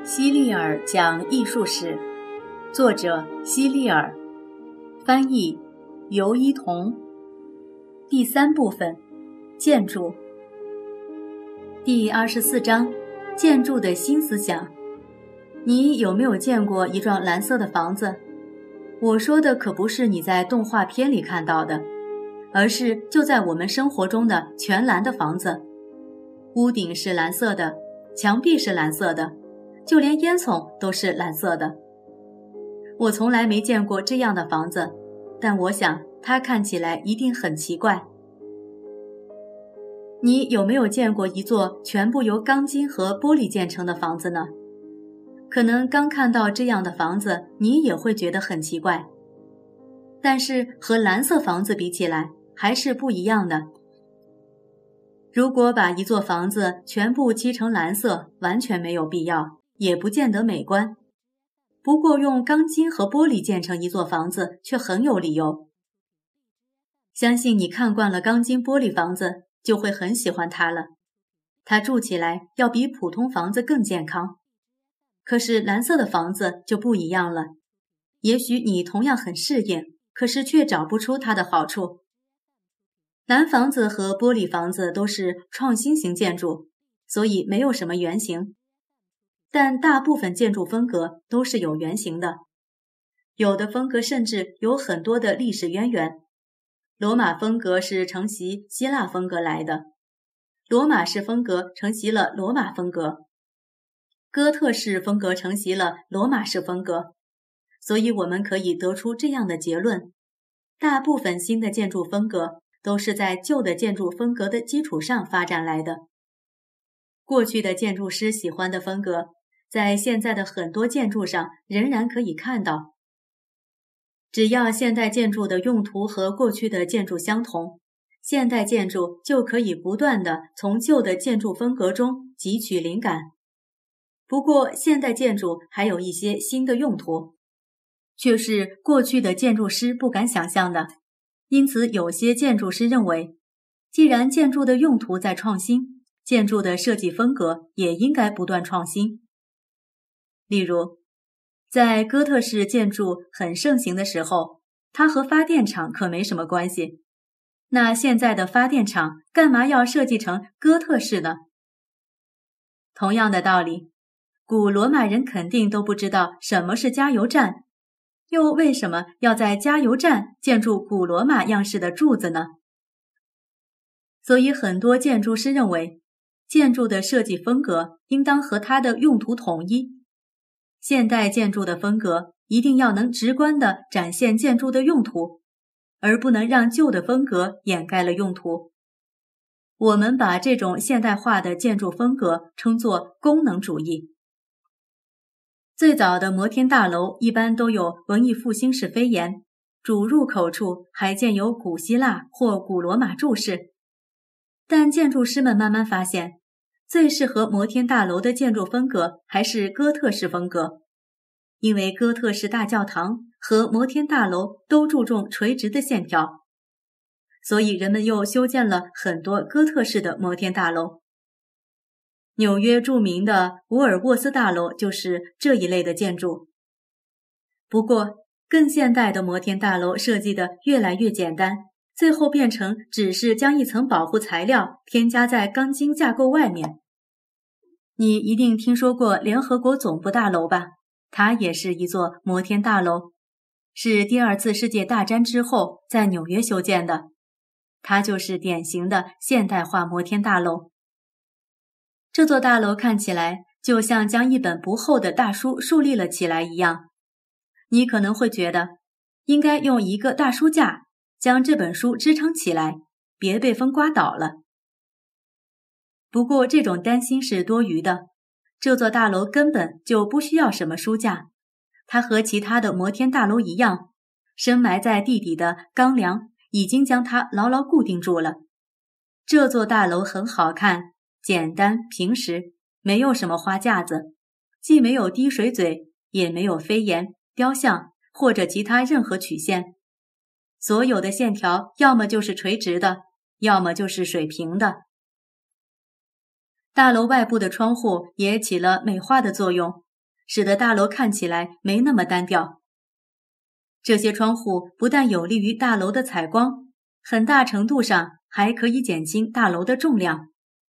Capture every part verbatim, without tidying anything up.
希利尔讲艺术史，作者希利尔，翻译尤一彤。第三部分，建筑。第二十四章，建筑的新思想。你有没有见过一幢蓝色的房子？我说的可不是你在动画片里看到的，而是就在我们生活中的全蓝的房子。屋顶是蓝色的，墙壁是蓝色的，就连烟囱都是蓝色的。我从来没见过这样的房子，但我想它看起来一定很奇怪。你有没有见过一座全部由钢筋和玻璃建成的房子呢？可能刚看到这样的房子，你也会觉得很奇怪。但是和蓝色房子比起来，还是不一样的。如果把一座房子全部漆成蓝色，完全没有必要，也不见得美观。不过用钢筋和玻璃建成一座房子却很有理由。相信你看惯了钢筋玻璃房子，就会很喜欢它了。它住起来要比普通房子更健康。可是蓝色的房子就不一样了。也许你同样很适应，可是却找不出它的好处。蓝房子和玻璃房子都是创新型建筑，所以没有什么原型。但大部分建筑风格都是有原型的，有的风格甚至有很多的历史渊源。罗马风格是承袭希腊风格来的，罗马式风格承袭了罗马风格，哥特式风格承袭了罗马式风格。所以我们可以得出这样的结论：大部分新的建筑风格都是在旧的建筑风格的基础上发展来的。过去的建筑师喜欢的风格，在现在的很多建筑上仍然可以看到。只要现代建筑的用途和过去的建筑相同，现代建筑就可以不断地从旧的建筑风格中汲取灵感。不过，现代建筑还有一些新的用途，却是过去的建筑师不敢想象的。因此，有些建筑师认为，既然建筑的用途在创新，建筑的设计风格也应该不断创新。例如，在哥特式建筑很盛行的时候，它和发电厂可没什么关系。那现在的发电厂干嘛要设计成哥特式呢？同样的道理，古罗马人肯定都不知道什么是加油站，又为什么要在加油站建筑古罗马样式的柱子呢？所以很多建筑师认为，建筑的设计风格应当和它的用途统一。现代建筑的风格一定要能直观地展现建筑的用途，而不能让旧的风格掩盖了用途。我们把这种现代化的建筑风格称作功能主义。最早的摩天大楼一般都有文艺复兴式飞檐，主入口处还建有古希腊或古罗马柱式。但建筑师们慢慢发现，最适合摩天大楼的建筑风格还是哥特式风格，因为哥特式大教堂和摩天大楼都注重垂直的线条，所以人们又修建了很多哥特式的摩天大楼。纽约著名的沃尔沃斯大楼就是这一类的建筑。不过，更现代的摩天大楼设计得越来越简单，最后变成只是将一层保护材料添加在钢筋架构外面。你一定听说过联合国总部大楼吧？它也是一座摩天大楼，是第二次世界大战之后在纽约修建的。它就是典型的现代化摩天大楼。这座大楼看起来就像将一本不厚的大书竖立了起来一样。你可能会觉得，应该用一个大书架将这本书支撑起来，别被风刮倒了。不过这种担心是多余的，这座大楼根本就不需要什么书架，它和其他的摩天大楼一样，深埋在地底的钢梁已经将它牢牢固定住了。这座大楼很好看，简单平实，没有什么花架子，既没有滴水嘴，也没有飞檐、雕像或者其他任何曲线。所有的线条要么就是垂直的，要么就是水平的。大楼外部的窗户也起了美化的作用， 使得大楼看起来没那么单调。这些窗户不但有利于大楼的采光，很大程度上还可以减轻大楼的重量。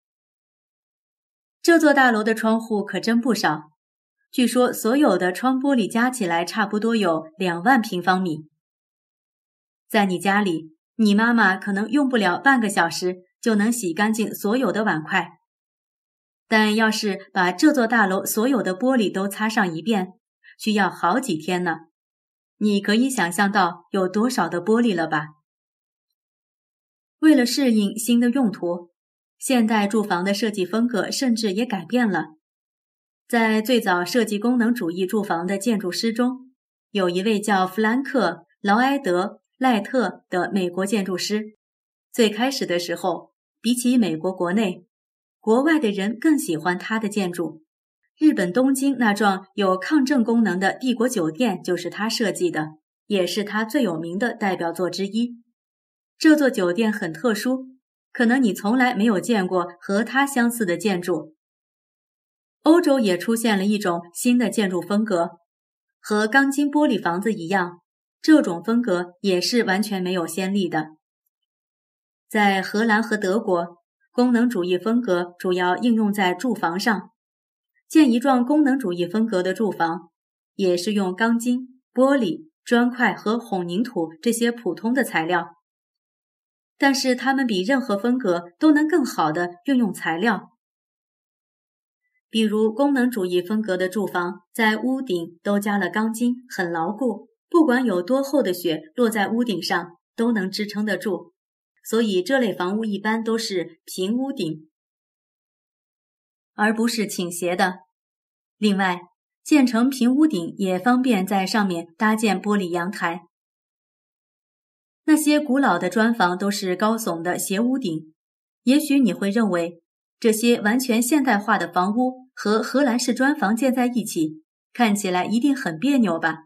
这座大楼的窗户可真不少，据说所有的窗玻璃加起来差不多有两万平方米。在你家里，你妈妈可能用不了半个小时就能洗干净所有的碗筷，但要是把这座大楼所有的玻璃都擦上一遍，需要好几天呢。你可以想象到有多少的玻璃了吧？为了适应新的用途，现代住房的设计风格甚至也改变了。在最早设计功能主义住房的建筑师中，有一位叫弗兰克·劳埃德·赖特的美国建筑师。最开始的时候，比起美国国内，国外的人更喜欢他的建筑。日本东京那幢有抗震功能的帝国酒店就是他设计的，也是他最有名的代表作之一。这座酒店很特殊，可能你从来没有见过和它相似的建筑。欧洲也出现了一种新的建筑风格，和钢筋玻璃房子一样，这种风格也是完全没有先例的。在荷兰和德国，功能主义风格主要应用在住房上。建一幢功能主义风格的住房，也是用钢筋、玻璃、砖块和混凝土这些普通的材料。但是它们比任何风格都能更好地运用材料。比如功能主义风格的住房，在屋顶都加了钢筋，很牢固，不管有多厚的雪落在屋顶上，都能支撑得住。所以这类房屋一般都是平屋顶，而不是倾斜的。另外，建成平屋顶也方便在上面搭建玻璃阳台。那些古老的砖房都是高耸的斜屋顶，也许你会认为这些完全现代化的房屋和荷兰式砖房建在一起，看起来一定很别扭吧？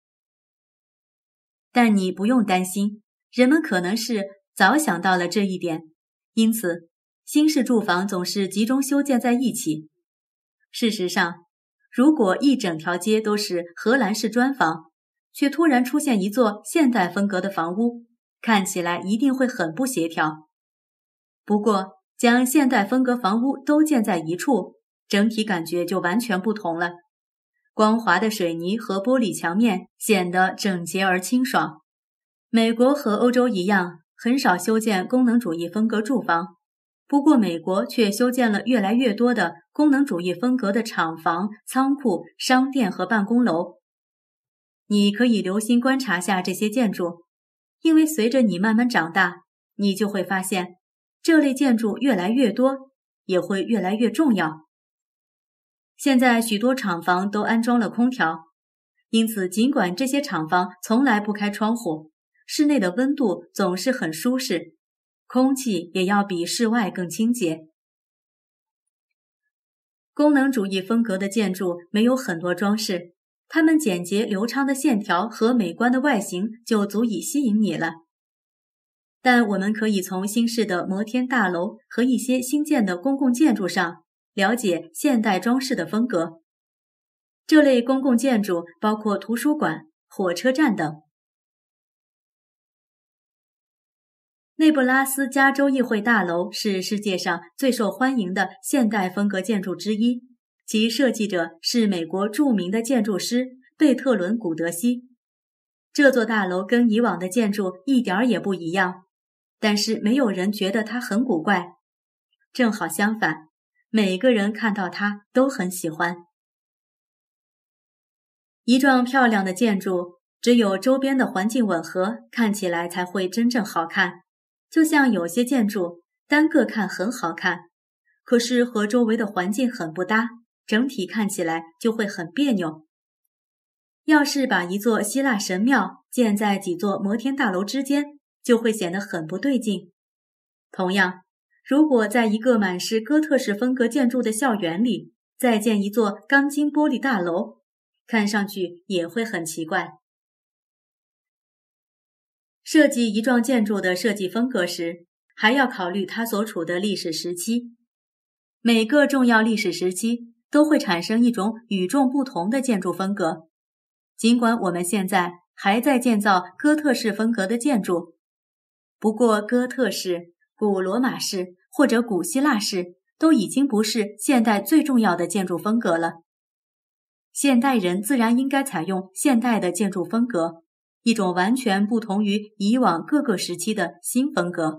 但你不用担心，人们可能是早想到了这一点，因此新式住房总是集中修建在一起。事实上，如果一整条街都是荷兰式砖房，却突然出现一座现代风格的房屋，看起来一定会很不协调。不过，将现代风格房屋都建在一处，整体感觉就完全不同了。光滑的水泥和玻璃墙面显得整洁而清爽。美国和欧洲一样，很少修建功能主义风格住房，不过美国却修建了越来越多的功能主义风格的厂房、仓库、商店和办公楼。你可以留心观察下这些建筑，因为随着你慢慢长大，你就会发现这类建筑越来越多，也会越来越重要。现在许多厂房都安装了空调，因此尽管这些厂房从来不开窗户，室内的温度总是很舒适，空气也要比室外更清洁。功能主义风格的建筑没有很多装饰，它们简洁流畅的线条和美观的外形就足以吸引你了。但我们可以从新式的摩天大楼和一些新建的公共建筑上了解现代装饰的风格。这类公共建筑包括图书馆、火车站等。内布拉斯加州议会大楼是世界上最受欢迎的现代风格建筑之一，其设计者是美国著名的建筑师贝特伦·古德西。这座大楼跟以往的建筑一点也不一样，但是没有人觉得它很古怪。正好相反，每个人看到它都很喜欢。一幢漂亮的建筑，只有周边的环境吻合，看起来才会真正好看。就像有些建筑单个看很好看，可是和周围的环境很不搭，整体看起来就会很别扭。要是把一座希腊神庙建在几座摩天大楼之间，就会显得很不对劲。同样，如果在一个满是哥特式风格建筑的校园里再建一座钢筋玻璃大楼，看上去也会很奇怪。设计一幢建筑的设计风格时，还要考虑它所处的历史时期。每个重要历史时期都会产生一种与众不同的建筑风格。尽管我们现在还在建造哥特式风格的建筑，不过哥特式、古罗马式或者古希腊式都已经不是现代最重要的建筑风格了。现代人自然应该采用现代的建筑风格，一种完全不同于以往各个时期的新风格。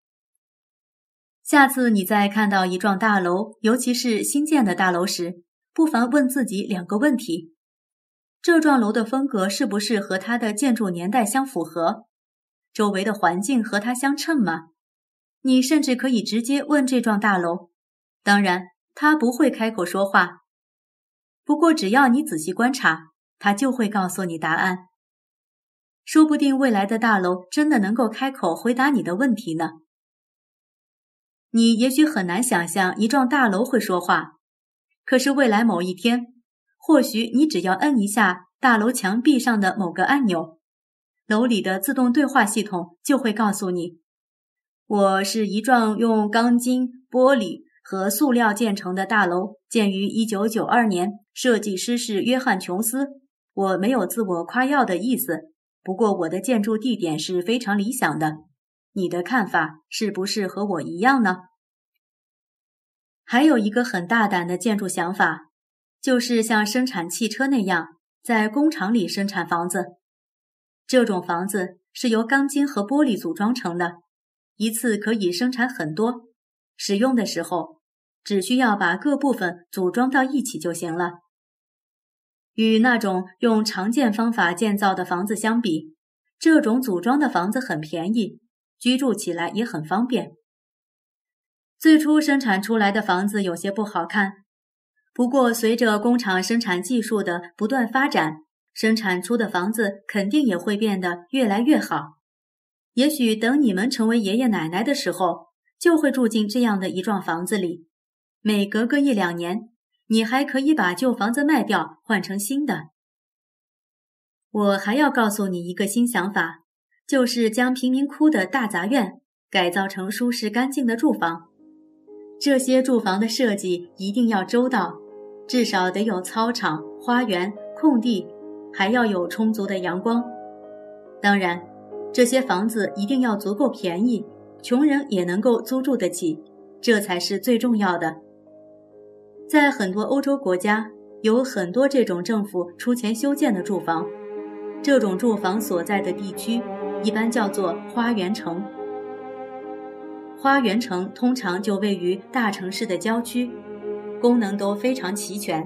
下次你在看到一幢大楼，尤其是新建的大楼时，不妨问自己两个问题：这幢楼的风格是不是和它的建筑年代相符合？周围的环境和它相称吗？你甚至可以直接问这幢大楼，当然，它不会开口说话。不过只要你仔细观察，它就会告诉你答案。说不定未来的大楼真的能够开口回答你的问题呢。你也许很难想象一幢大楼会说话，可是未来某一天，或许你只要摁一下大楼墙壁上的某个按钮，楼里的自动对话系统就会告诉你，我是一幢用钢筋、玻璃和塑料建成的大楼，建于一九九二年，设计师是约翰·琼斯。我没有自我夸耀的意思，不过我的建筑地点是非常理想的。你的看法是不是和我一样呢？还有一个很大胆的建筑想法，就是像生产汽车那样，在工厂里生产房子。这种房子是由钢筋和玻璃组装成的，一次可以生产很多，使用的时候只需要把各部分组装到一起就行了。与那种用常见方法建造的房子相比，这种组装的房子很便宜，居住起来也很方便。最初生产出来的房子有些不好看，不过随着工厂生产技术的不断发展，生产出的房子肯定也会变得越来越好。也许等你们成为爷爷奶奶的时候，就会住进这样的一幢房子里。每隔个一两年，你还可以把旧房子卖掉，换成新的。我还要告诉你一个新想法，就是将贫民窟的大杂院改造成舒适干净的住房。这些住房的设计一定要周到，至少得有操场、花园、空地，还要有充足的阳光。当然，这些房子一定要足够便宜，穷人也能够租住得起，这才是最重要的。在很多欧洲国家，有很多这种政府出钱修建的住房，这种住房所在的地区一般叫做花园城。花园城通常就位于大城市的郊区，功能都非常齐全。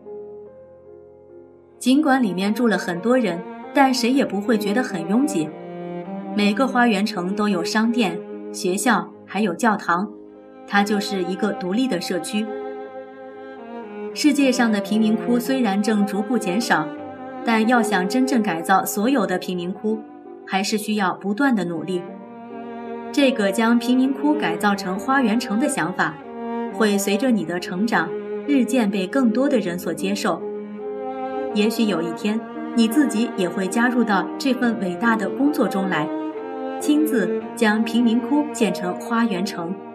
尽管里面住了很多人，但谁也不会觉得很拥挤。每个花园城都有商店、学校，还有教堂，它就是一个独立的社区。世界上的贫民窟虽然正逐步减少，但要想真正改造所有的贫民窟，还是需要不断的努力。这个将贫民窟改造成花园城的想法，会随着你的成长，日渐被更多的人所接受。也许有一天，你自己也会加入到这份伟大的工作中来，亲自将贫民窟建成花园城。